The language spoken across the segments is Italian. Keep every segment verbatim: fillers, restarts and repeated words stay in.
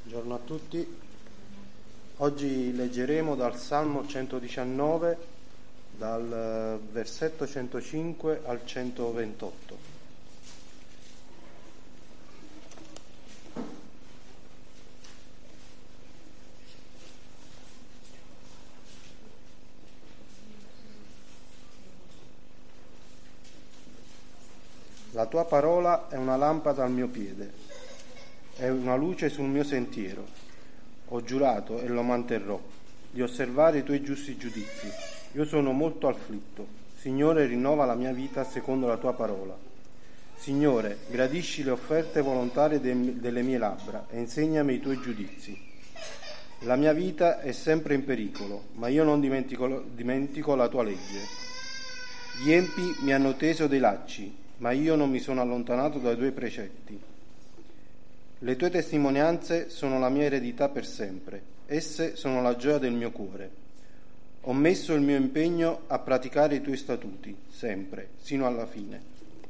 Buongiorno a tutti. Oggi leggeremo dal Salmo centodiciannove, dal versetto centocinque al centoventotto. La tua parola è una lampada al mio piede, è una luce sul mio sentiero. Ho giurato e lo manterrò, di osservare i tuoi giusti giudizi. Io sono molto afflitto. Signore, rinnova la mia vita secondo la tua parola. Signore, gradisci le offerte volontarie de- delle mie labbra e insegnami i tuoi giudizi. La mia vita è sempre in pericolo, ma io non dimentico, dimentico la tua legge. Gli empi mi hanno teso dei lacci, ma io non mi sono allontanato dai tuoi precetti. Le tue testimonianze sono la mia eredità per sempre, esse sono la gioia del mio cuore. Ho messo il mio impegno a praticare i tuoi statuti, sempre, sino alla fine.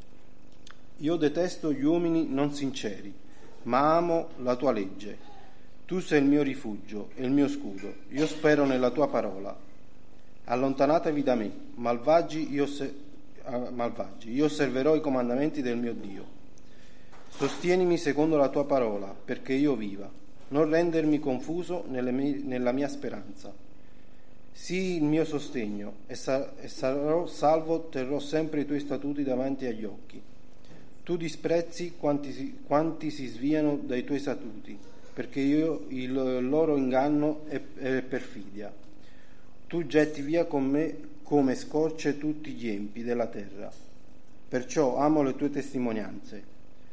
Io detesto gli uomini non sinceri, ma amo la tua legge. Tu sei il mio rifugio e il mio scudo, io spero nella tua parola. Allontanatevi da me, malvagi, io, se- malvagi, io osserverò i comandamenti del mio Dio. Sostienimi secondo la tua parola, perché io viva. Non rendermi confuso nelle mie, nella mia speranza. Sii il mio sostegno e, sa, e sarò salvo, terrò sempre i tuoi statuti davanti agli occhi. Tu disprezzi quanti si, quanti si sviano dai tuoi statuti, perché io, il loro inganno è, è perfidia. Tu getti via con me come scorce tutti gli empi della terra. Perciò amo le tue testimonianze.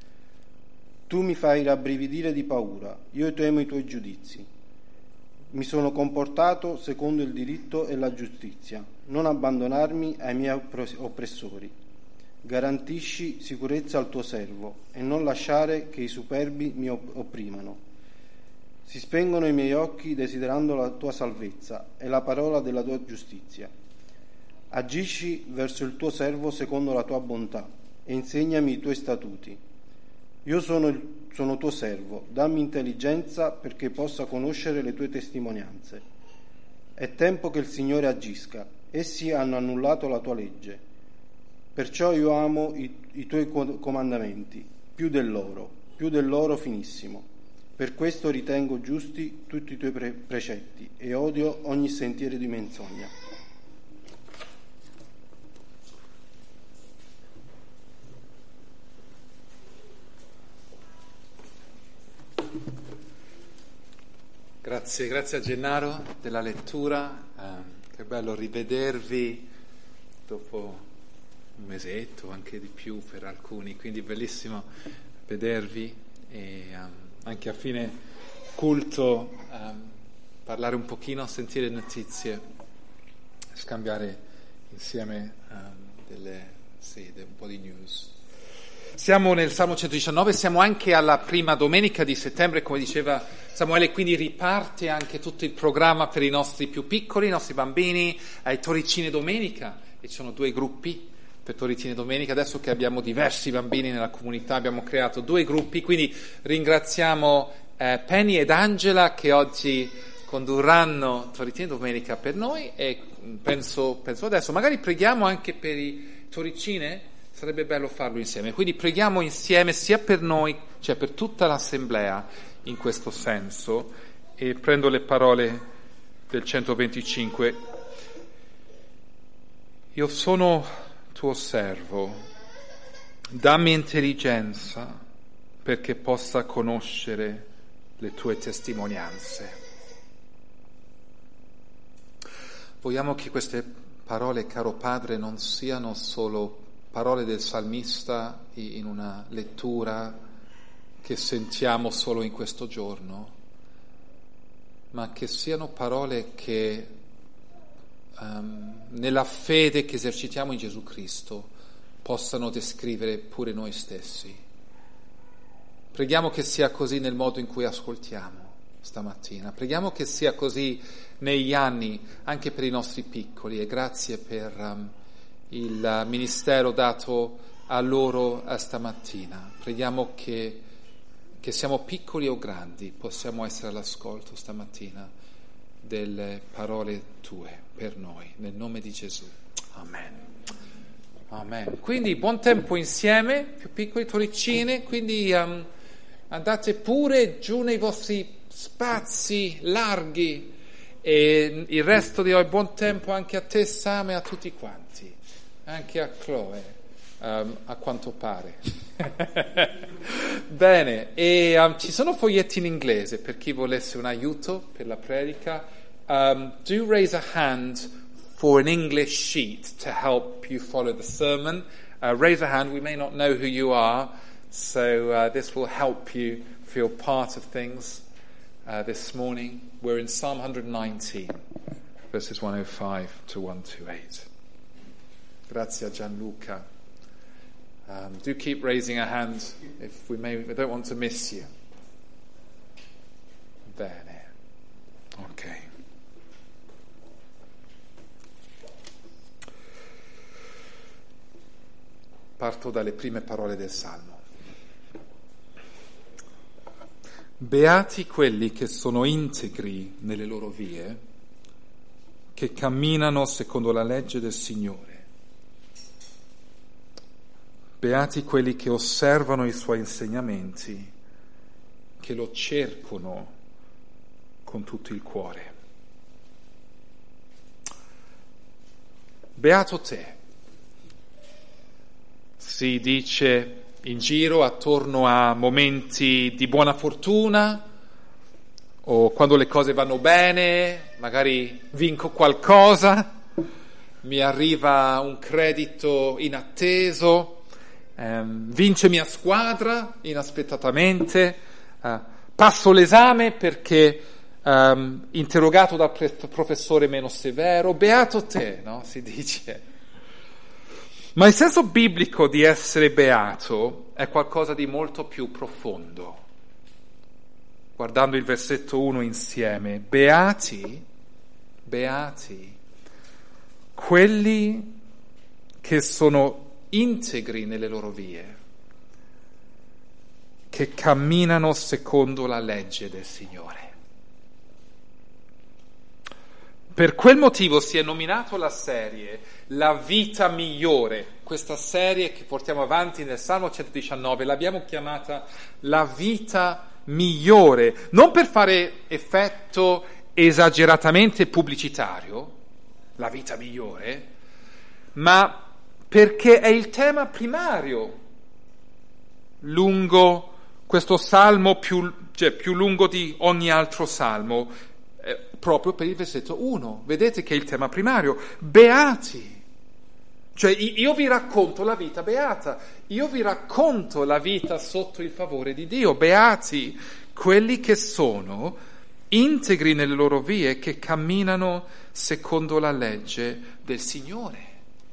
Tu mi fai rabbrividire di paura, io temo i tuoi giudizi. Mi sono comportato secondo il diritto e la giustizia, non abbandonarmi ai miei oppressori. Garantisci sicurezza al tuo servo e non lasciare che i superbi mi opprimano. Si spengono i miei occhi desiderando la tua salvezza e la parola della tua giustizia. Agisci verso il tuo servo secondo la tua bontà e insegnami i tuoi statuti. Io sono, il, sono tuo servo, dammi intelligenza perché possa conoscere le tue testimonianze. È tempo che il Signore agisca, essi hanno annullato la tua legge. Perciò io amo i, i tuoi comandamenti, più dell'oro, più dell'oro finissimo. Per questo ritengo giusti tutti i tuoi pre- precetti e odio ogni sentiero di menzogna. Grazie, grazie a Gennaro della lettura, eh, che bello rivedervi dopo un mesetto, anche di più per alcuni, quindi bellissimo vedervi e um, anche a fine culto um, parlare un pochino, sentire notizie, scambiare insieme um, delle, sì, un po' di news. Siamo nel Salmo centodiciannove, siamo anche alla prima domenica di settembre, come diceva Samuele, quindi riparte anche tutto il programma per i nostri più piccoli, i nostri bambini, ai Torricine Domenica, e ci sono due gruppi per Torricine Domenica. Adesso che abbiamo diversi bambini nella comunità abbiamo creato due gruppi, quindi ringraziamo eh, Penny ed Angela che oggi condurranno Torricine Domenica per noi e penso, penso adesso, magari preghiamo anche per i Torricine. Sarebbe bello farlo insieme, quindi preghiamo insieme sia per noi, cioè per tutta l'assemblea in questo senso, e prendo le parole del centoventicinque. Io sono tuo servo, dammi intelligenza perché possa conoscere le tue testimonianze. Vogliamo che queste parole, caro Padre, non siano solo parole del salmista in una lettura che sentiamo solo in questo giorno, ma che siano parole che um, nella fede che esercitiamo in Gesù Cristo possano descrivere pure noi stessi. Preghiamo che sia così nel modo in cui ascoltiamo stamattina, preghiamo che sia così negli anni anche per i nostri piccoli, e grazie per um, il ministero dato a loro stamattina. Preghiamo che che siamo piccoli o grandi, possiamo essere all'ascolto stamattina delle parole tue per noi, nel nome di Gesù. Amen. Amen. Quindi buon tempo insieme, più piccoli torricine, quindi um, andate pure giù nei vostri spazi larghi e il resto di oggi buon tempo anche a te Sam e a tutti quanti, anche a Chloe. Um, a quanto pare. Bene, e um, ci sono foglietti in inglese per chi volesse un aiuto per la predica. Um, do raise a hand for an English sheet to help you follow the sermon. Uh, raise a hand, we may not know who you are, so uh, this will help you feel part of things uh, this morning. We're in Psalm one nineteen, verses one oh five to one twenty-eight. Grazie a Gianluca. Um, do keep raising a hand if we may. We don't want to miss you. Bene. Ok. Parto dalle prime parole del Salmo. Beati quelli che sono integri nelle loro vie, che camminano secondo la legge del Signore. Beati quelli che osservano i suoi insegnamenti, che lo cercano con tutto il cuore. Beato te, si dice in giro attorno a momenti di buona fortuna o quando le cose vanno bene, magari vinco qualcosa, mi arriva un credito inatteso, Um, vince mia squadra inaspettatamente, uh, passo l'esame perché um, interrogato dal pre- professore meno severo, beato te, no? Si dice. Ma il senso biblico di essere beato è qualcosa di molto più profondo. Guardando il versetto uno insieme, beati, beati, quelli che sono integri nelle loro vie, che camminano secondo la legge del Signore. Per quel motivo si è nominato la serie La vita migliore. Questa serie che portiamo avanti nel Salmo centodiciannove l'abbiamo chiamata La vita migliore, non per fare effetto esageratamente pubblicitario, la vita migliore, ma perché è il tema primario lungo questo salmo più, cioè più lungo di ogni altro salmo, eh, proprio per il versetto uno. Vedete che è il tema primario. Beati. Cioè io vi racconto la vita beata, io vi racconto la vita sotto il favore di Dio. Beati quelli che sono integri nelle loro vie, che camminano secondo la legge del Signore.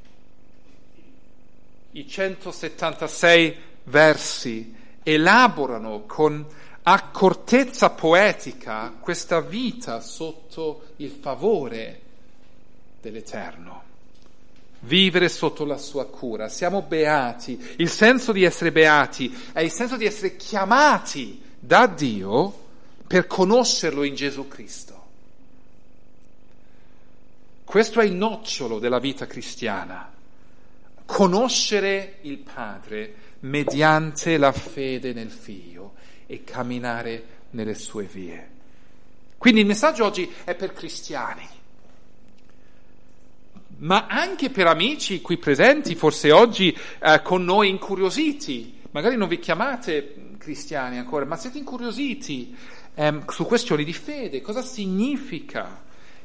I centosettantasei versi elaborano con accortezza poetica questa vita sotto il favore dell'Eterno. Vivere sotto la sua cura. Siamo beati. Il senso di essere beati è il senso di essere chiamati da Dio per conoscerlo in Gesù Cristo. Questo è il nocciolo della vita cristiana. Conoscere il Padre mediante la fede nel Figlio e camminare nelle sue vie. Quindi il messaggio oggi è per cristiani, ma anche per amici qui presenti, forse oggi eh, con noi incuriositi. Magari non vi chiamate cristiani ancora, ma siete incuriositi ehm, su questioni di fede. Cosa significa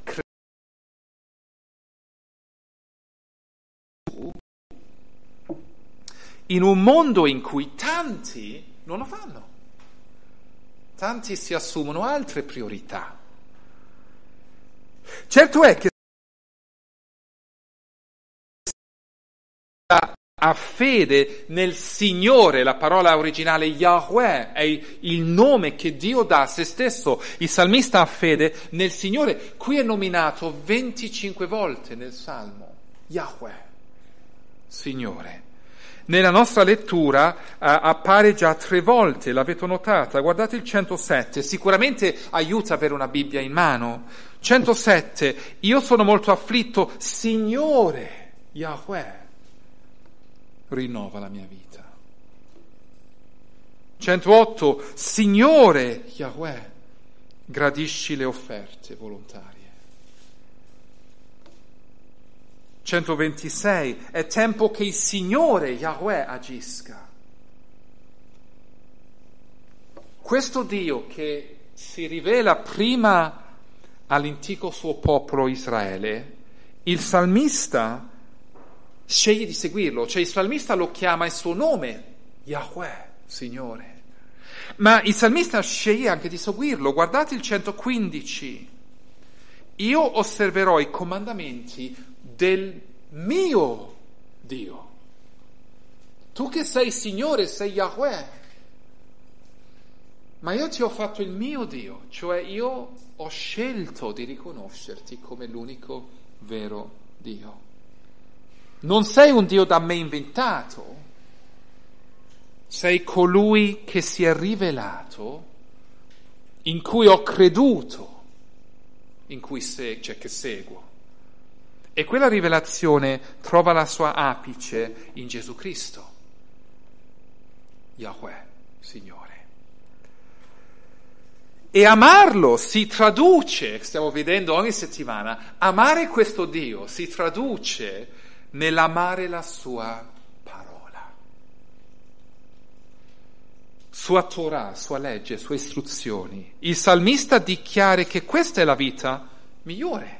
in un mondo in cui tanti non lo fanno, tanti si assumono altre priorità. Certo è che ha fede nel Signore, la parola originale Yahweh è il nome che Dio dà a se stesso. Il salmista ha fede nel Signore. Qui è nominato venticinque volte nel Salmo Yahweh, Signore. nella nostra lettura uh, appare già tre volte, l'avete notata? Guardate il centosette, sicuramente aiuta avere una Bibbia in mano. centosette, io sono molto afflitto, Signore Yahweh, rinnova la mia vita. centootto, Signore Yahweh, gradisci le offerte volontarie. centoventisei, è tempo che il Signore Yahweh agisca. Questo Dio che si rivela prima all'antico suo popolo Israele, il salmista sceglie di seguirlo, cioè il salmista lo chiama il suo nome, Yahweh, Signore. Ma il salmista sceglie anche di seguirlo. Guardate il centoquindici. Io osserverò i comandamenti del mio Dio. Tu che sei Signore, sei Yahweh. Ma io ti ho fatto il mio Dio, cioè io ho scelto di riconoscerti come l'unico vero Dio. Non sei un Dio da me inventato, sei colui che si è rivelato, in cui ho creduto, in cui se- cioè che seguo. E quella rivelazione trova la sua apice in Gesù Cristo, Yahweh, Signore. E amarlo si traduce, stiamo vedendo ogni settimana, amare questo Dio si traduce nell'amare la sua parola, sua Torah, sua legge, sue istruzioni. Il salmista dichiara che questa è la vita migliore.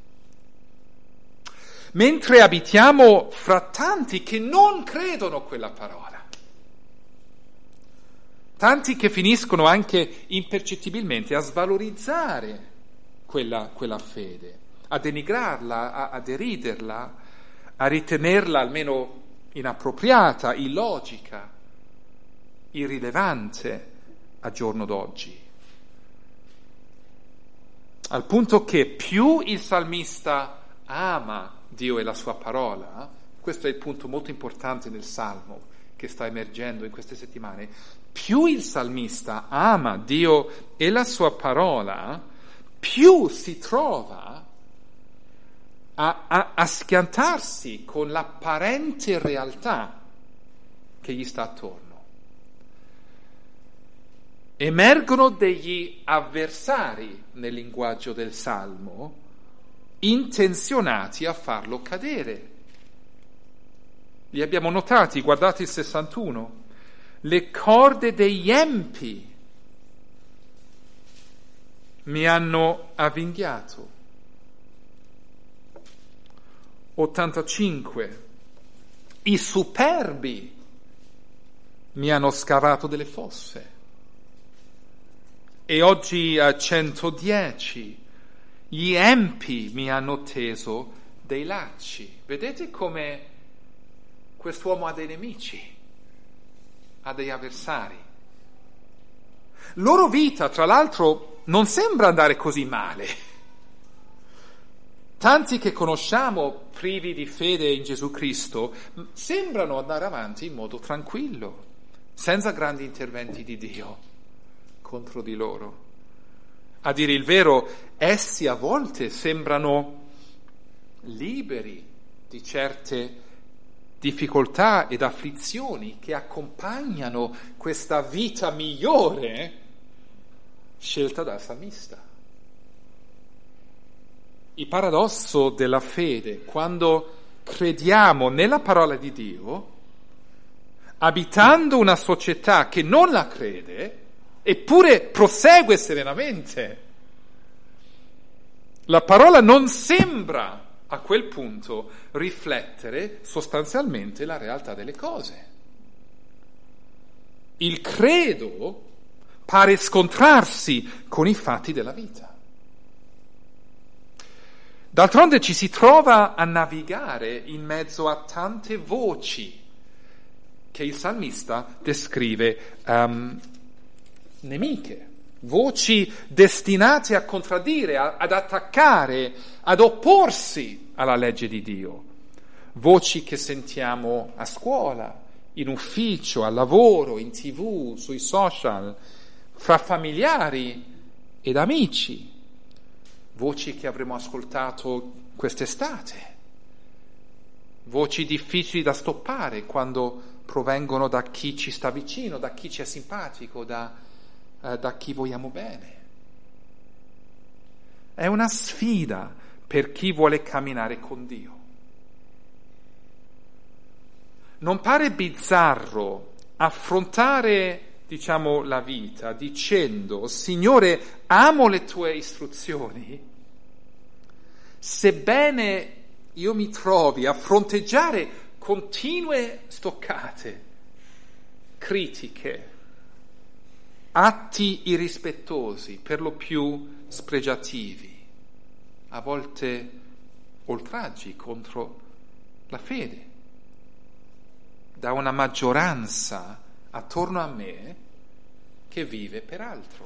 Mentre abitiamo fra tanti che non credono quella parola, tanti che finiscono anche impercettibilmente a svalorizzare quella, quella fede, a denigrarla, a, a deriderla, a ritenerla almeno inappropriata, illogica, irrilevante a giorno d'oggi. Al punto che più il salmista ama Dio e la sua parola, questo è il punto molto importante nel Salmo che sta emergendo in queste settimane, più il salmista ama Dio e la sua parola, più si trova a, a, a schiantarsi con l'apparente realtà che gli sta attorno. Emergono degli avversari nel linguaggio del Salmo, intenzionati a farlo cadere. Li abbiamo notati, guardate il sessantuno. Le corde degli empi mi hanno avvinghiato. ottantacinque. I superbi mi hanno scavato delle fosse. E oggi a centodieci. Gli empi mi hanno teso dei lacci. Vedete come quest'uomo ha dei nemici, ha degli avversari. Loro vita, tra l'altro, non sembra andare così male. Tanti che conosciamo privi di fede in Gesù Cristo sembrano andare avanti in modo tranquillo, senza grandi interventi di Dio contro di loro. A dire il vero, essi a volte sembrano liberi di certe difficoltà ed afflizioni che accompagnano questa vita migliore scelta dal salmista. Il paradosso della fede, quando crediamo nella parola di Dio, abitando una società che non la crede, eppure prosegue serenamente. La parola non sembra a quel punto riflettere sostanzialmente la realtà delle cose. Il credo pare scontrarsi con i fatti della vita. D'altronde ci si trova a navigare in mezzo a tante voci che il salmista descrive um, nemiche, voci destinate a contraddire, a, ad attaccare, ad opporsi alla legge di Dio, voci che sentiamo a scuola, in ufficio, al lavoro, in tv, sui social, fra familiari ed amici, voci che avremo ascoltato quest'estate, voci difficili da stoppare quando provengono da chi ci sta vicino, da chi ci è simpatico, da, eh, da chi vogliamo bene. È una sfida per chi vuole camminare con Dio. Non pare bizzarro affrontare, diciamo, la vita dicendo: Signore, amo le tue istruzioni, sebbene io mi trovi a fronteggiare continue stoccate, critiche, atti irrispettosi, per lo più spregiativi, a volte oltraggi contro la fede, da una maggioranza attorno a me che vive per altro,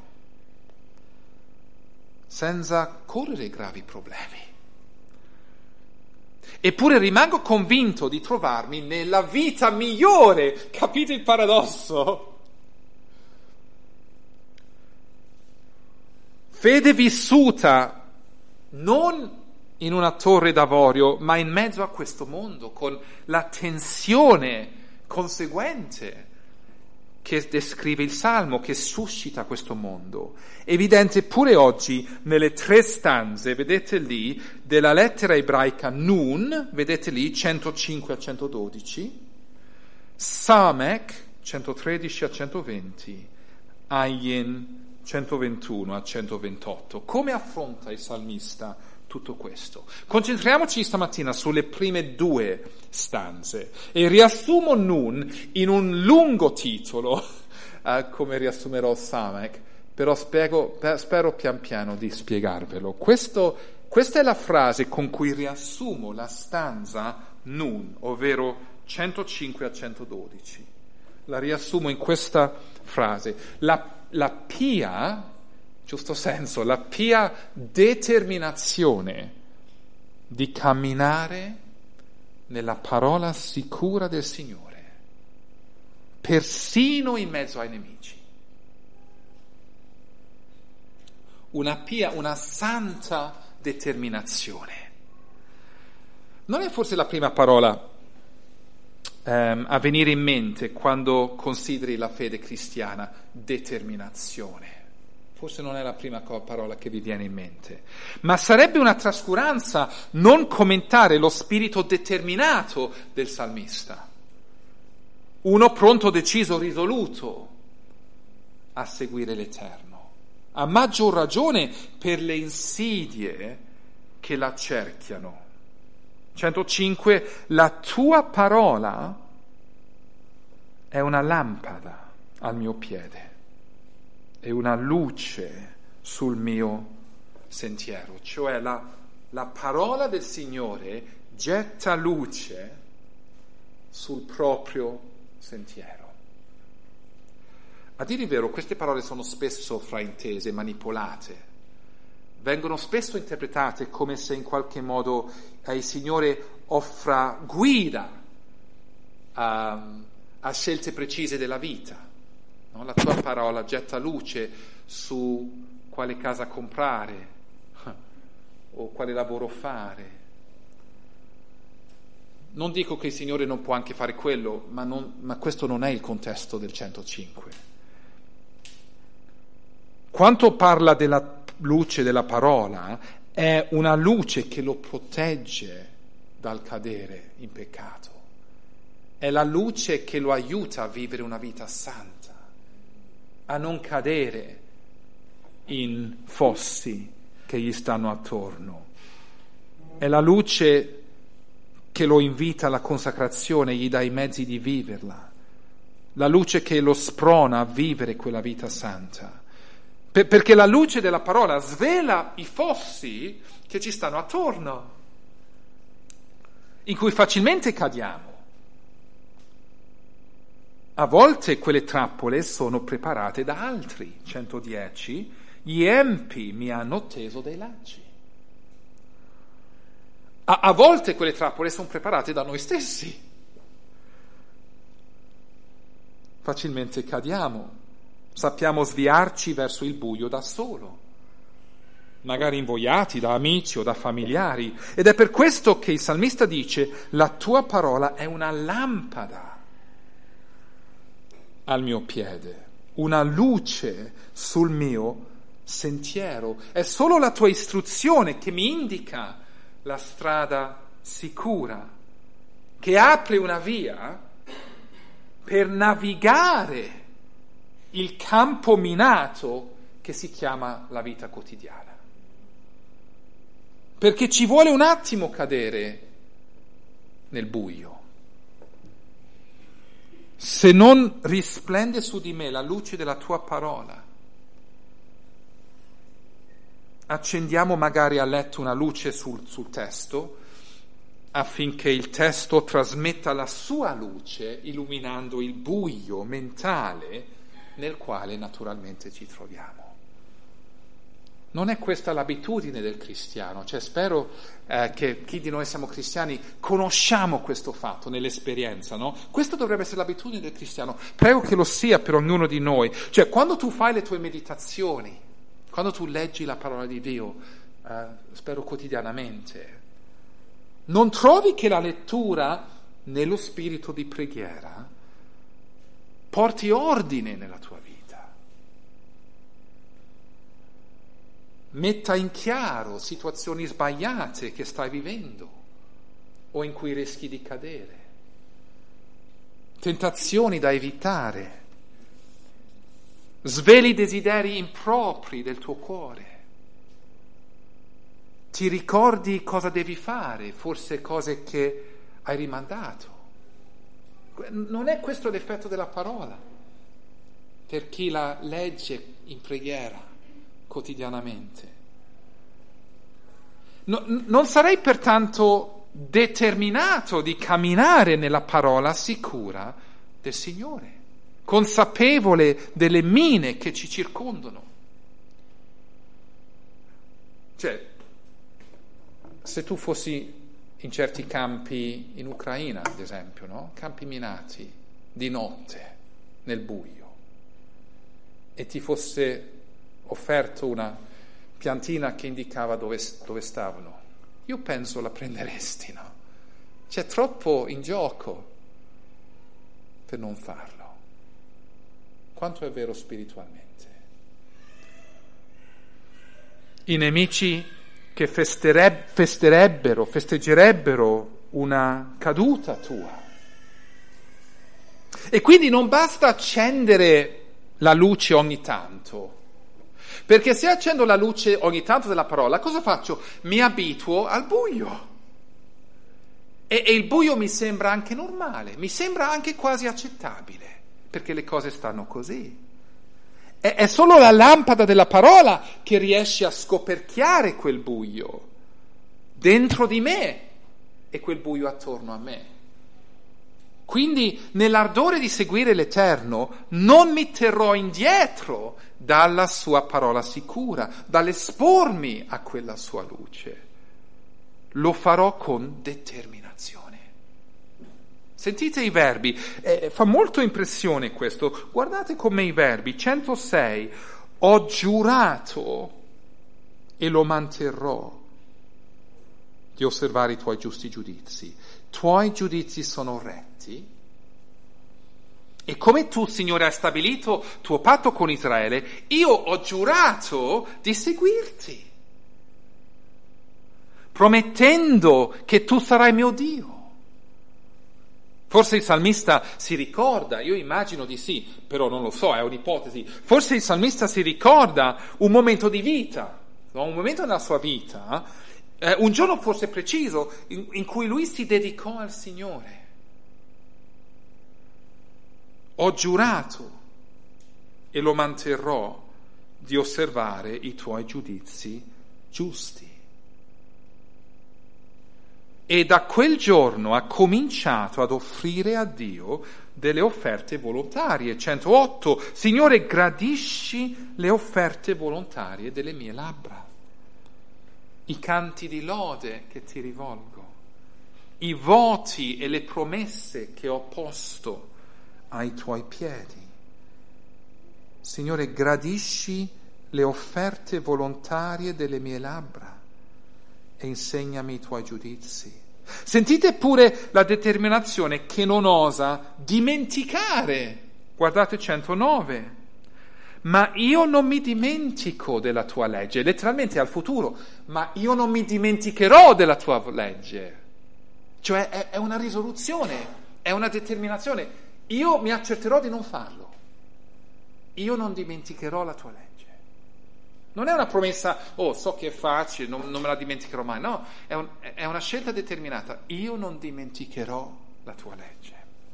senza correre gravi problemi. Eppure rimango convinto di trovarmi nella vita migliore. Capite il paradosso? Fede vissuta non in una torre d'avorio, ma in mezzo a questo mondo, con la tensione conseguente che descrive il Salmo, che suscita questo mondo. Evidente pure oggi nelle tre stanze, vedete lì, della lettera ebraica Nun, vedete lì, centocinque a centododici, Samek, centotredici a centoventi, Ayin, centoventuno a centoventotto. Come affronta il salmista tutto questo? Concentriamoci stamattina sulle prime due stanze e riassumo Nun in un lungo titolo, eh, come riassumerò Samek, però spiego, spero pian piano di spiegarvelo. Questo, questa è la frase con cui riassumo la stanza Nun, ovvero centocinque a centododici. La riassumo in questa frase: la, la pia, giusto senso, la pia determinazione di camminare nella parola sicura del Signore, persino in mezzo ai nemici. Una pia, una santa determinazione. Non è forse la prima parola ehm, a venire in mente quando consideri la fede cristiana? Determinazione. Forse non è la prima parola che vi viene in mente, ma sarebbe una trascuranza non commentare lo spirito determinato del salmista, uno pronto, deciso, risoluto a seguire l'Eterno, a maggior ragione per le insidie che l'accerchiano. centocinque, la tua parola è una lampada al mio piede e una luce sul mio sentiero, cioè la, la parola del Signore getta luce sul proprio sentiero. A dire il vero, queste parole sono spesso fraintese, manipolate, vengono spesso interpretate come se in qualche modo eh, il Signore offra guida a, a scelte precise della vita. No? La tua parola getta luce su quale casa comprare o quale lavoro fare. Non dico che il Signore non può anche fare quello, ma, non, ma questo non è il contesto del centocinque. Quanto parla della luce della parola, è una luce che lo protegge dal cadere in peccato. È la luce che lo aiuta a vivere una vita santa, a non cadere in fossi che gli stanno attorno. È la luce che lo invita alla consacrazione, gli dà i mezzi di viverla. La luce che lo sprona a vivere quella vita santa. Perché la luce della parola svela i fossi che ci stanno attorno, in cui facilmente cadiamo. A volte quelle trappole sono preparate da altri. centodieci, gli empi mi hanno teso dei lacci. A, a volte quelle trappole sono preparate da noi stessi. facilmente cadiamo, sappiamo sviarci verso il buio da solo, magari invogliati da amici o da familiari. Ed è per questo che il salmista dice: la tua parola è una lampada al mio piede, una luce sul mio sentiero. È solo la tua istruzione che mi indica la strada sicura, che apre una via per navigare il campo minato che si chiama la vita quotidiana. Perché ci vuole un attimo cadere nel buio. Se non risplende su di me la luce della tua parola, accendiamo magari a letto una luce sul, sul testo, affinché il testo trasmetta la sua luce, illuminando il buio mentale nel quale naturalmente ci troviamo. Non è questa l'abitudine del cristiano, cioè spero eh, che chi di noi siamo cristiani conosciamo questo fatto nell'esperienza, no? Questa dovrebbe essere l'abitudine del cristiano, prego che lo sia per ognuno di noi. Cioè quando tu fai le tue meditazioni, quando tu leggi la parola di Dio, eh, spero quotidianamente, non trovi che la lettura nello spirito di preghiera porti ordine nella tua vita? Metta in chiaro situazioni sbagliate che stai vivendo o in cui rischi di cadere, tentazioni da evitare, sveli desideri impropri del tuo cuore, ti ricordi cosa devi fare, forse cose che hai rimandato. Non è questo l'effetto della parola per chi la legge in preghiera quotidianamente. No, non sarei pertanto determinato di camminare nella parola sicura del Signore, consapevole delle mine che ci circondano. Cioè, se tu fossi in certi campi in Ucraina, ad esempio, no? Campi minati di notte nel buio, e ti fosse offerto una piantina che indicava dove, dove stavano, io penso la prenderesti, no? C'è troppo in gioco per non farlo. Quanto è vero spiritualmente? I nemici che festereb- festerebbero, festeggerebbero una caduta tua. E quindi non basta accendere la luce ogni tanto, perché se accendo la luce ogni tanto della parola, cosa faccio? Mi abituo al buio. E, e il buio mi sembra anche normale, mi sembra anche quasi accettabile, perché le cose stanno così. È, è solo la lampada della parola che riesce a scoperchiare quel buio dentro di me e quel buio attorno a me. Quindi nell'ardore di seguire l'Eterno non mi terrò indietro dalla sua parola sicura, dall'espormi a quella sua luce. Lo farò con determinazione. Sentite i verbi, eh, fa molto impressione questo. Guardate come i verbi. centosei, ho giurato e lo manterrò di osservare i tuoi giusti giudizi. Tuoi giudizi sono retti. E come tu, Signore, hai stabilito tuo patto con Israele, io ho giurato di seguirti, promettendo che tu sarai mio Dio. Forse il salmista si ricorda, io immagino di sì, però non lo so, è un'ipotesi. Forse il salmista si ricorda un momento di vita, no? Un momento nella sua vita, eh, un giorno forse preciso, in, in cui lui si dedicò al Signore. Ho giurato e lo manterrò di osservare i tuoi giudizi giusti. E da quel giorno ha cominciato ad offrire a Dio delle offerte volontarie. centootto, Signore, gradisci le offerte volontarie delle mie labbra, i canti di lode che ti rivolgo, i voti e le promesse che ho posto ai tuoi piedi. Signore, gradisci le offerte volontarie delle mie labbra e insegnami i tuoi giudizi. Sentite pure la determinazione che non osa dimenticare. Guardate centonove. Ma io non mi dimentico della tua legge, letteralmente al futuro, ma io non mi dimenticherò della tua legge. Cioè è, è una risoluzione, è una determinazione. Io mi accerterò di non farlo. Io non dimenticherò la tua legge. Non è una promessa, oh, so che è facile, non, non me la dimenticherò mai. No, è, un, è una scelta determinata. Io non dimenticherò la tua legge.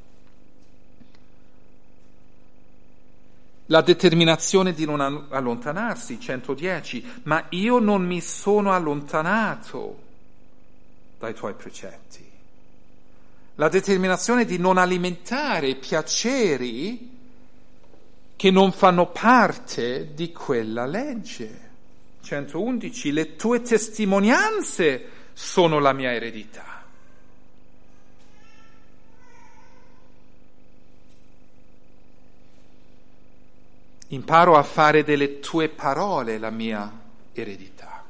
La determinazione di non allontanarsi, centodieci, ma io non mi sono allontanato dai tuoi precetti. La determinazione di non alimentare piaceri che non fanno parte di quella legge. centoundici, le tue testimonianze sono la mia eredità. Imparo a fare delle tue parole la mia eredità.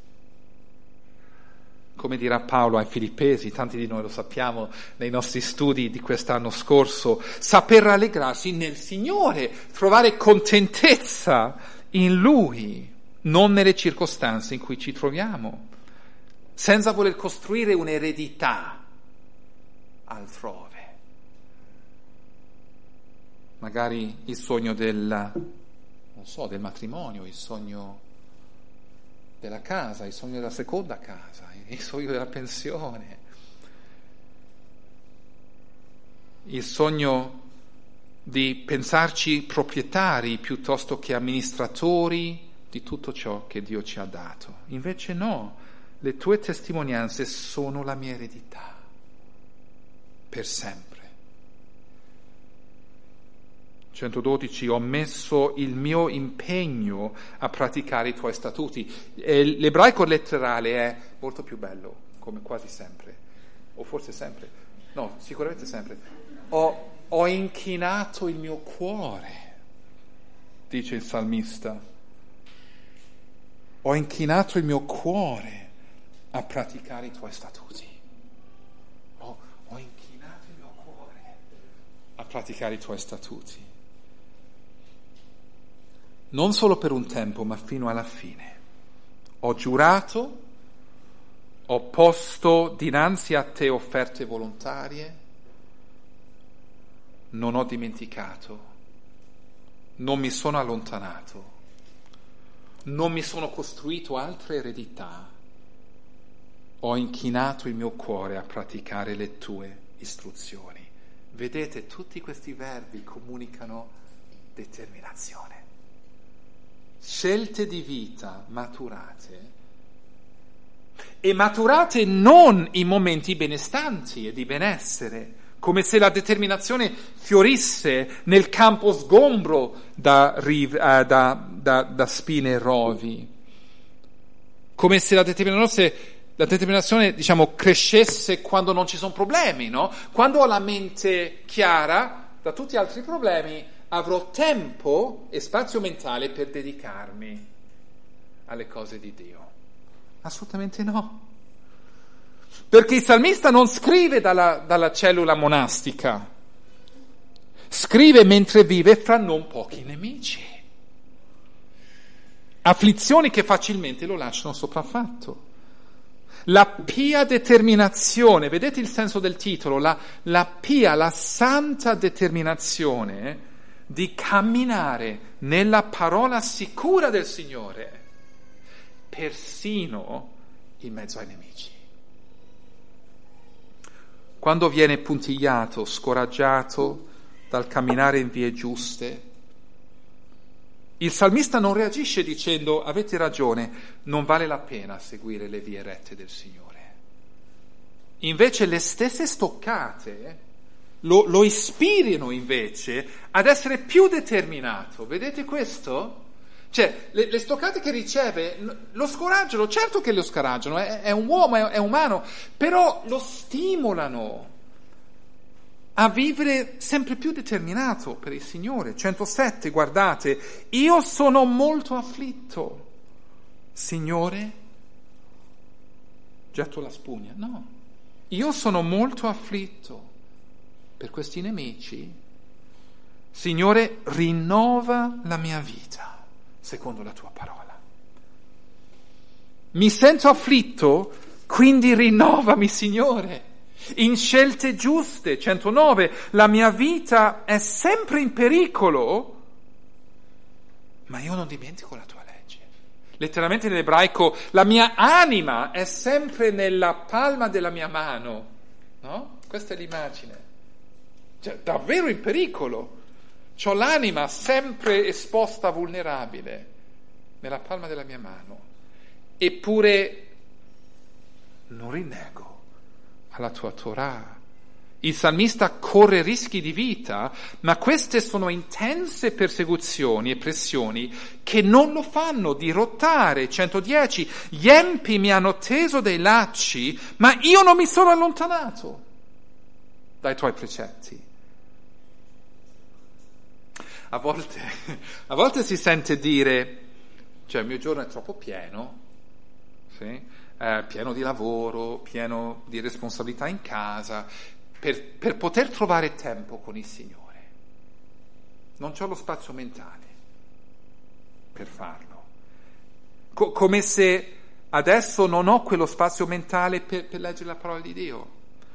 Come dirà Paolo ai Filippesi, tanti di noi lo sappiamo nei nostri studi di quest'anno scorso, saper rallegrarsi nel Signore, trovare contentezza in Lui, non nelle circostanze in cui ci troviamo, senza voler costruire un'eredità altrove. Magari il sogno del, non so, del matrimonio, il sogno della casa, il sogno della seconda casa, il sogno della pensione, il sogno di pensarci proprietari piuttosto che amministratori di tutto ciò che Dio ci ha dato. Invece no, le tue testimonianze sono la mia eredità, per sempre. centododici, ho messo il mio impegno a praticare i tuoi statuti. E l'ebraico letterale è molto più bello, come quasi sempre, o forse sempre, no, sicuramente sempre. Ho, ho inchinato il mio cuore, dice il salmista. Ho inchinato il mio cuore a praticare i tuoi statuti. Ho, ho inchinato il mio cuore a praticare i tuoi statuti. Non solo per un tempo, ma fino alla fine. Ho giurato, ho posto dinanzi a te offerte volontarie, non ho dimenticato, non mi sono allontanato, non mi sono costruito altre eredità, ho inchinato il mio cuore a praticare le tue istruzioni. Vedete, tutti questi verbi comunicano determinazione. Scelte di vita maturate, e maturate non in momenti benestanti e di benessere, come se la determinazione fiorisse nel campo sgombro da, riv, eh, da, da, da spine e rovi, come se la determinazione, la determinazione diciamo, crescesse quando non ci sono problemi, no? Quando ho la mente chiara da tutti gli altri problemi, avrò tempo e spazio mentale per dedicarmi alle cose di Dio. Assolutamente no. Perché il salmista non scrive dalla, dalla cellula monastica, scrive mentre vive fra non pochi nemici. Afflizioni che facilmente lo lasciano sopraffatto. La pia determinazione, vedete il senso del titolo, la, la pia, la santa determinazione di camminare nella parola sicura del Signore, persino in mezzo ai nemici. Quando viene puntigliato, scoraggiato dal camminare in vie giuste, il salmista non reagisce dicendo avete ragione, non vale la pena seguire le vie rette del Signore. Invece le stesse stoccate Lo, lo ispirino invece ad essere più determinato. Vedete questo? Cioè, le, le stoccate che riceve lo scoraggiano, certo che lo scoraggiano, è, è un uomo, è, è umano, però lo stimolano a vivere sempre più determinato per il Signore. centosette, guardate, io sono molto afflitto. Signore, getto la spugna. No, io sono molto afflitto per questi nemici. Signore, rinnova la mia vita secondo la tua parola. Mi sento afflitto, quindi rinnovami, Signore. In scelte giuste, centonove, la mia vita è sempre in pericolo, ma io non dimentico la tua legge. Letteralmente nell'ebraico, la mia anima è sempre nella palma della mia mano, no? Questa è l'immagine. Cioè, davvero in pericolo. C'ho l'anima sempre esposta, vulnerabile, nella palma della mia mano. Eppure non rinnego alla tua Torah. Il salmista corre rischi di vita, ma queste sono intense persecuzioni e pressioni che non lo fanno dirottare. centodieci, gli empi mi hanno teso dei lacci, ma io non mi sono allontanato dai tuoi precetti. A volte, a volte si sente dire, cioè il mio giorno è troppo pieno, sì? Eh, pieno di lavoro, pieno di responsabilità in casa, per, per poter trovare tempo con il Signore. Non c'ho lo spazio mentale per farlo. Co- come se adesso non ho quello spazio mentale per, per leggere la parola di Dio.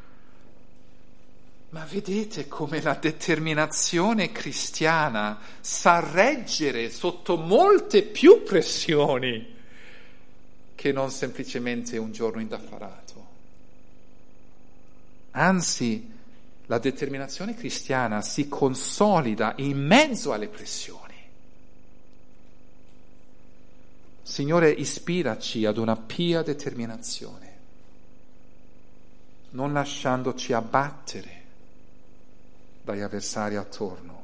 Ma vedete come la determinazione cristiana sa reggere sotto molte più pressioni che non semplicemente un giorno indaffarato. Anzi, la determinazione cristiana si consolida in mezzo alle pressioni. Signore, ispiraci ad una pia determinazione, non lasciandoci abbattere dagli avversari attorno.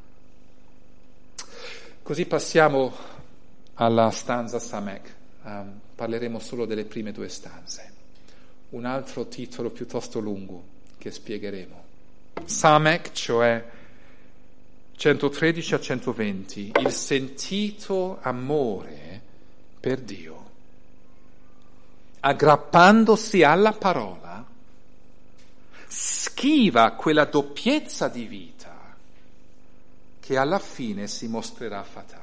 Così passiamo alla stanza Samek. Um, parleremo solo delle prime due stanze. Un altro titolo piuttosto lungo che spiegheremo. Samek, cioè centotredici a centoventi, il sentito amore per Dio, aggrappandosi alla parola, schiva quella doppiezza di vita che alla fine si mostrerà fatale.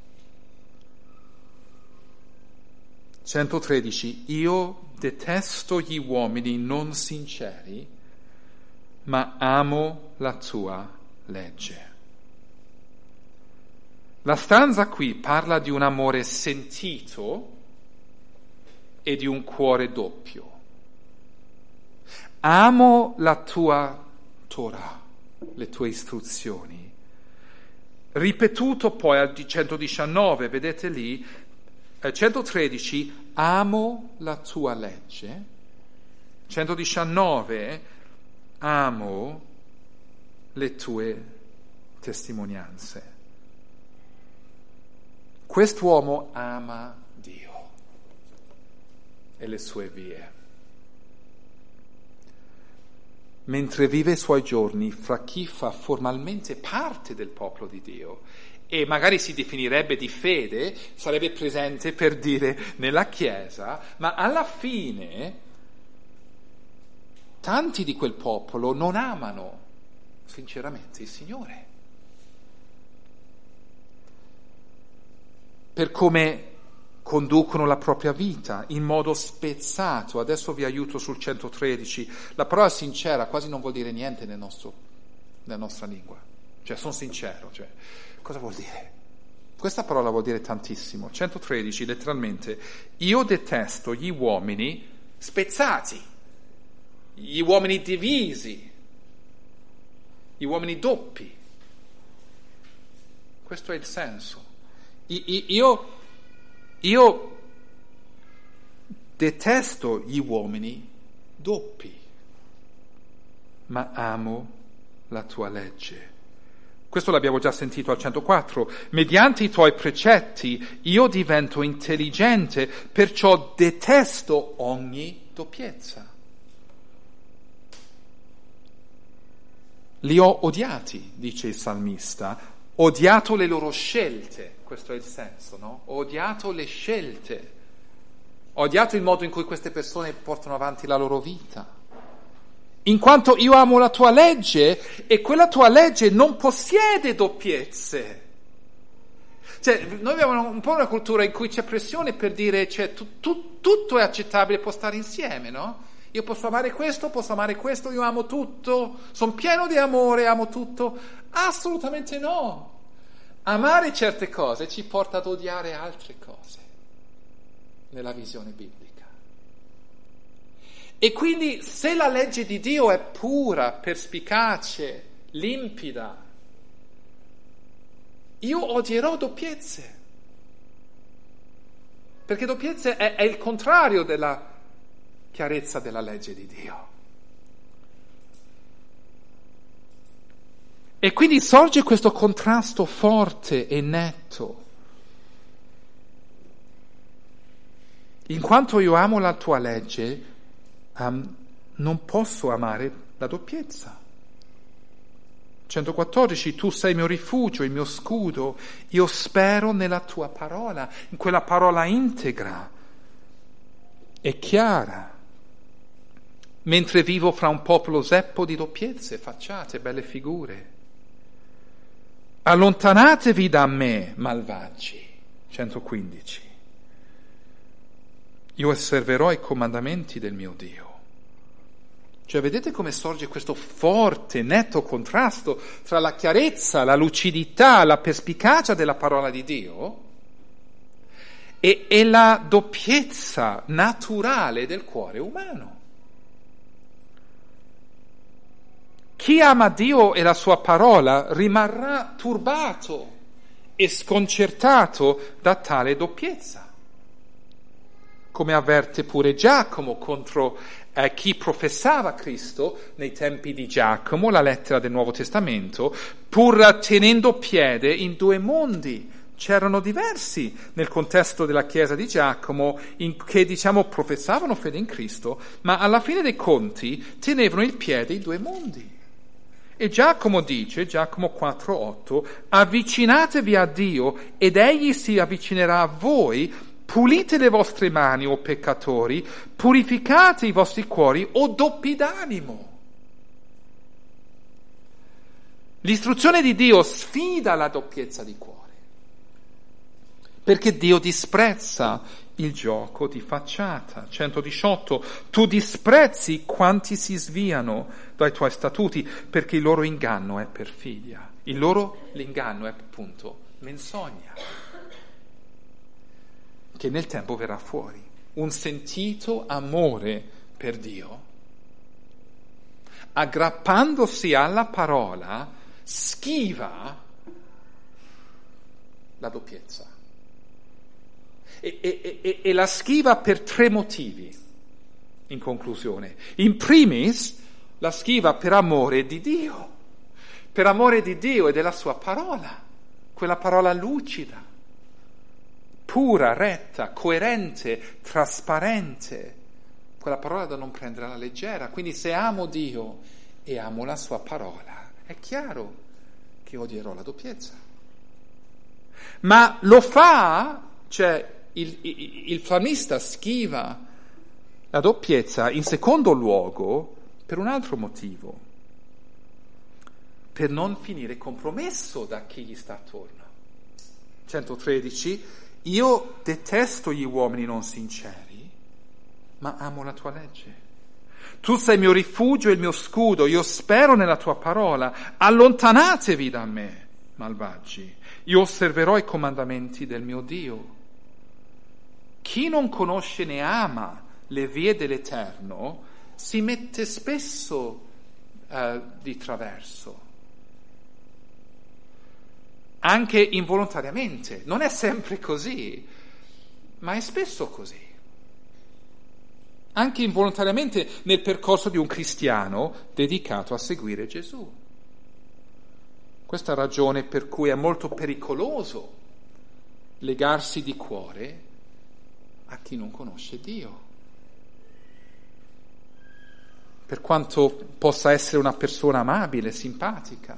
centotredici. Io detesto gli uomini non sinceri, ma amo la tua legge. La stanza qui parla di un amore sentito e di un cuore doppio. Amo la tua Torah, le tue istruzioni. Ripetuto poi al centodiciannove, vedete lì, centotredici, amo la tua legge. centodiciannove, amo le tue testimonianze. Quest'uomo ama Dio e le sue vie, mentre vive i suoi giorni fra chi fa formalmente parte del popolo di Dio e magari si definirebbe di fede, sarebbe presente per dire nella Chiesa, ma alla fine tanti di quel popolo non amano sinceramente il Signore. Per come conducono la propria vita in modo spezzato. Adesso vi aiuto sul centotredici. La parola sincera quasi non vuol dire niente nel nostro, nella nostra lingua. Cioè, sono sincero, cioè, cosa vuol dire? Questa parola vuol dire tantissimo. centotredici, letteralmente, io detesto gli uomini spezzati, gli uomini divisi, gli uomini doppi. Questo è il senso. Io, io detesto gli uomini doppi, ma amo la tua legge. Questo l'abbiamo già sentito al centoquattro. Mediante i tuoi precetti io divento intelligente, perciò detesto ogni doppiezza. li ho odiati, dice il salmista, ho odiato le loro scelte, questo è il senso, no? Ho odiato le scelte, ho odiato il modo in cui queste persone portano avanti la loro vita, in quanto io amo la tua legge e quella tua legge non possiede doppiezze. Cioè, noi abbiamo un po' una cultura in cui c'è pressione per dire, cioè, tu, tu, tutto è accettabile, può stare insieme, no? Io posso amare questo, posso amare questo, io amo tutto, sono pieno di amore, amo tutto. Assolutamente no. Amare certe cose ci porta ad odiare altre cose, nella visione biblica. E quindi se la legge di Dio è pura, perspicace, limpida, io odierò doppiezze, perché doppiezze è, è il contrario della chiarezza della legge di Dio. E quindi sorge questo contrasto forte e netto. In quanto io amo la tua legge, um, non posso amare la doppiezza. centoquattordici, tu sei il mio rifugio, il mio scudo, io spero nella tua parola, in quella parola integra e chiara, mentre vivo fra un popolo zeppo di doppiezze, facciate, belle figure. Allontanatevi da me, malvagi, centoquindici, io osserverò i comandamenti del mio Dio. Cioè, vedete come sorge questo forte, netto contrasto tra la chiarezza, la lucidità, la perspicacia della parola di Dio e, e la doppiezza naturale del cuore umano. Chi ama Dio e la sua parola rimarrà turbato e sconcertato da tale doppiezza. Come avverte pure Giacomo contro eh, chi professava Cristo nei tempi di Giacomo, la lettera del Nuovo Testamento, pur tenendo piede in due mondi. C'erano diversi nel contesto della Chiesa di Giacomo in, che, diciamo, professavano fede in Cristo, ma alla fine dei conti tenevano il piede in due mondi. E Giacomo dice, Giacomo quattro otto, avvicinatevi a Dio ed Egli si avvicinerà a voi. Pulite le vostre mani, o peccatori, purificate i vostri cuori, o doppi d'animo. L'istruzione di Dio sfida la doppiezza di cuore, perché Dio disprezza il gioco di facciata. centodiciotto, tu disprezzi quanti si sviano dai tuoi statuti, perché il loro inganno è perfidia. Il loro l'inganno è appunto menzogna, che nel tempo verrà fuori. Un sentito amore per Dio, aggrappandosi alla parola, schiva la doppiezza. E, e, e, e la schiva per tre motivi, in conclusione. In primis, la schiva per amore di Dio, per amore di Dio e della sua parola, quella parola lucida, pura, retta, coerente, trasparente, quella parola da non prendere alla leggera. Quindi se amo Dio e amo la sua parola, è chiaro che odierò la doppiezza. Ma lo fa, cioè il, il, il salmista schiva la doppiezza in secondo luogo per un altro motivo, per non finire compromesso da chi gli sta attorno. centotredici, io detesto gli uomini non sinceri, ma amo la tua legge. Tu sei il mio rifugio e il mio scudo, io spero nella tua parola. Allontanatevi da me, malvagi. Io osserverò i comandamenti del mio Dio. Chi non conosce né ama le vie dell'Eterno si mette spesso eh, di traverso, anche involontariamente. Non è sempre così, ma è spesso così. Anche involontariamente nel percorso di un cristiano dedicato a seguire Gesù. Questa è la ragione per cui è molto pericoloso legarsi di cuore a chi non conosce Dio. per quanto possa essere una persona amabile, simpatica.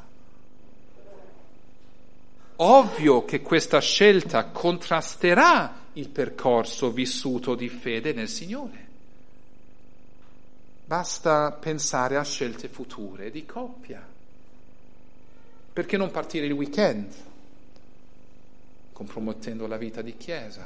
Ovvio che questa scelta contrasterà il percorso vissuto di fede nel Signore. Basta pensare a scelte future di coppia. Perché non partire il weekend, compromettendo la vita di chiesa?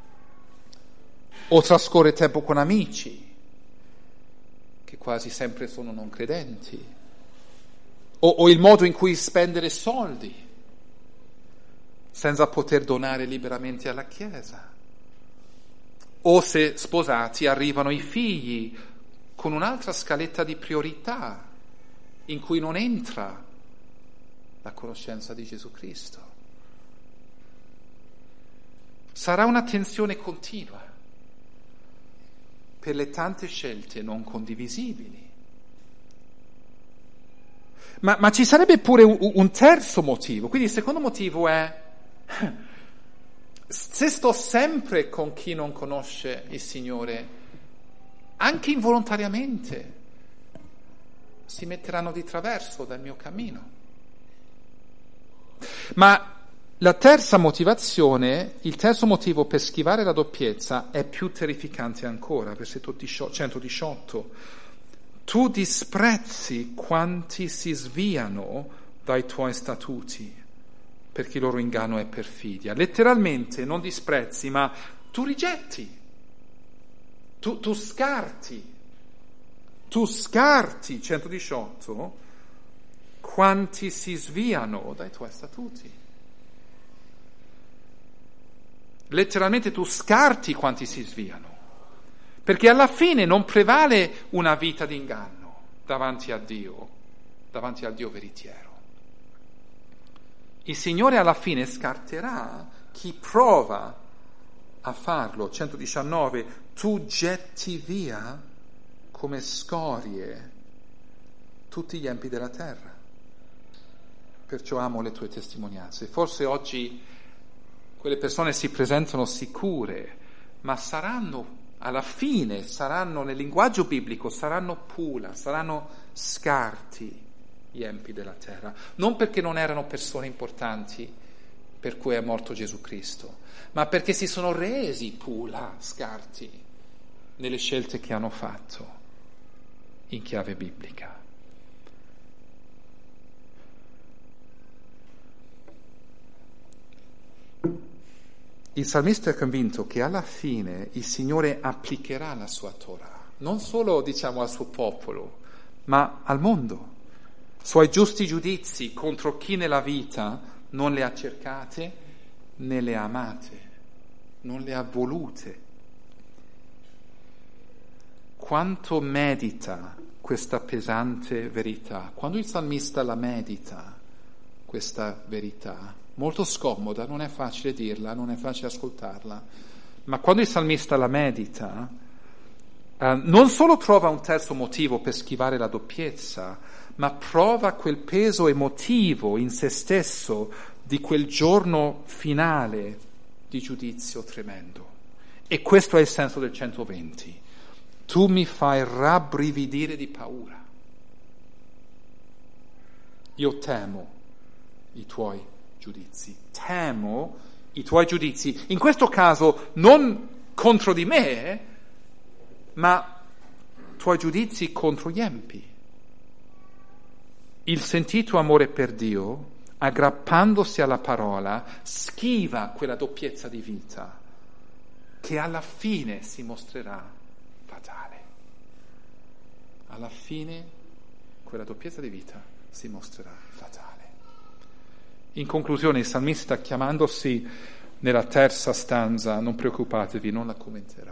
O trascorrere tempo con amici, che quasi sempre sono non credenti? O, o il modo in cui spendere soldi, senza poter donare liberamente alla chiesa? O se sposati arrivano i figli con un'altra scaletta di priorità, in cui non entra la conoscenza di Gesù Cristo. Sarà una tensione continua per le tante scelte non condivisibili. Ma, ma ci sarebbe pure un, un terzo motivo. Quindi il secondo motivo è: se sto sempre con chi non conosce il Signore, anche involontariamente si metteranno di traverso dal mio cammino. Ma la terza motivazione, il terzo motivo per schivare la doppiezza è più terrificante ancora, versetto centodiciotto. Tu disprezzi quanti si sviano dai tuoi statuti, perché il loro inganno è perfidia. Letteralmente non disprezzi, ma tu rigetti, tu, tu scarti, tu scarti, centodiciotto, quanti si sviano dai tuoi statuti. Letteralmente tu scarti quanti si sviano, perché alla fine non prevale una vita di inganno davanti a Dio, davanti al Dio veritiero. Il Signore alla fine scarterà chi prova a farlo. centodiciannove, tu getti via come scorie tutti gli empi della terra. Perciò amo le tue testimonianze. Forse oggi quelle persone si presentano sicure, ma saranno, alla fine, saranno, nel linguaggio biblico, saranno pula, saranno scarti gli empi della terra. Non perché non erano persone importanti per cui è morto Gesù Cristo, ma perché si sono resi pula, scarti, nelle scelte che hanno fatto in chiave biblica. Il salmista è convinto che alla fine il Signore applicherà la sua Torah, non solo, diciamo, al suo popolo, ma al mondo. Suoi giusti giudizi contro chi nella vita non le ha cercate né le ha amate, non le ha volute. Quanto medita questa pesante verità? Quando il salmista la medita, questa verità, molto scomoda, non è facile dirla, non è facile ascoltarla, ma quando il salmista la medita, eh, non solo trova un terzo motivo per schivare la doppiezza, ma prova quel peso emotivo in se stesso di quel giorno finale di giudizio tremendo. E questo è il senso del centoventi. Tu mi fai rabbrividire di paura. Io temo i tuoi giudizi. Temo i tuoi giudizi. In questo caso non contro di me, ma tuoi giudizi contro gli empi. Il sentito amore per Dio, aggrappandosi alla parola, schiva quella doppiezza di vita che alla fine si mostrerà fatale. Alla fine quella doppiezza di vita si mostrerà fatale. In conclusione, il salmista, chiamandosi nella terza stanza, non preoccupatevi, non la commenterò,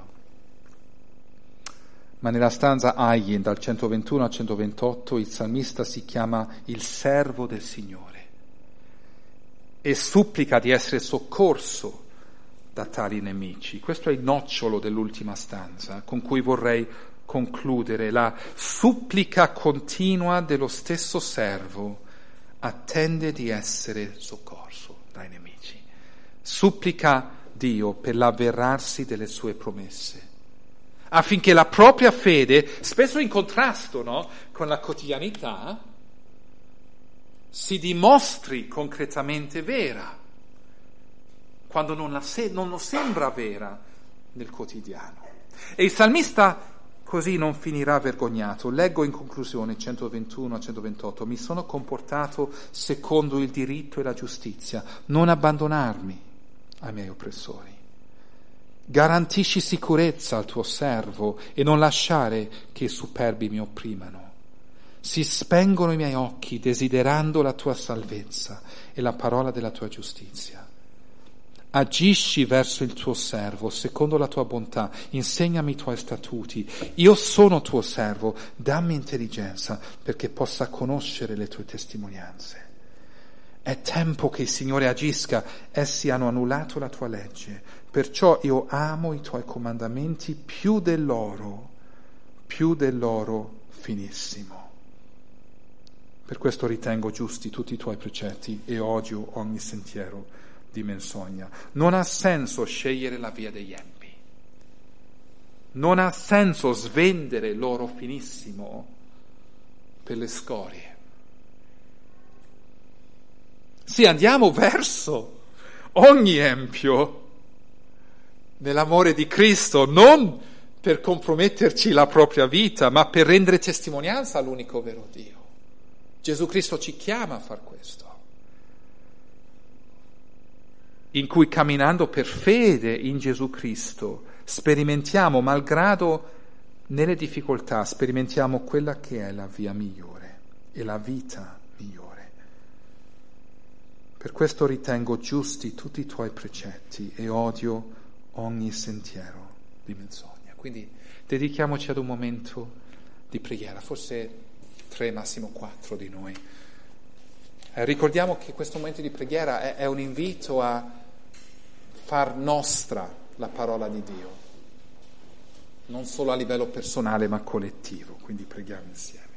ma nella stanza Ayin, dal centoventuno al centoventotto, il salmista si chiama il servo del Signore e supplica di essere soccorso da tali nemici. Questo è il nocciolo dell'ultima stanza con cui vorrei concludere. La supplica continua dello stesso servo attende di essere soccorso dai nemici. Supplica Dio per l'avverarsi delle sue promesse. affinché la propria fede, spesso in contrasto, no, con la quotidianità, si dimostri concretamente vera, quando non, la se- non lo sembra vera nel quotidiano. E il salmista così non finirà vergognato. Leggo in conclusione centoventuno a centoventotto: mi sono comportato secondo il diritto e la giustizia, non abbandonarmi ai miei oppressori. Garantisci sicurezza al tuo servo e non lasciare che i superbi mi opprimano. Si spengono i miei occhi desiderando la tua salvezza e la parola della tua giustizia. Agisci verso il tuo servo secondo la tua bontà, insegnami i tuoi statuti. Io sono tuo servo, dammi intelligenza perché possa conoscere le tue testimonianze. È tempo che il Signore agisca, essi hanno annullato la tua legge, perciò io amo i tuoi comandamenti più dell'oro, più dell'oro finissimo. Per questo ritengo giusti tutti i tuoi precetti e odio ogni sentiero di menzogna. Non ha senso scegliere la via degli empi. Non ha senso svendere l'oro finissimo per le scorie. Sì, andiamo verso ogni empio nell'amore di Cristo, non per comprometterci la propria vita, ma per rendere testimonianza all'unico vero Dio. Gesù Cristo ci chiama a far questo, in cui camminando per fede in Gesù Cristo sperimentiamo, malgrado nelle difficoltà, sperimentiamo quella che è la via migliore e la vita migliore. Per questo ritengo giusti tutti i tuoi precetti e odio ogni sentiero di menzogna. Quindi dedichiamoci ad un momento di preghiera, forse tre, massimo quattro di noi. Eh, ricordiamo che questo momento di preghiera è, è un invito a far nostra la parola di Dio, non solo a livello personale ma collettivo, quindi preghiamo insieme.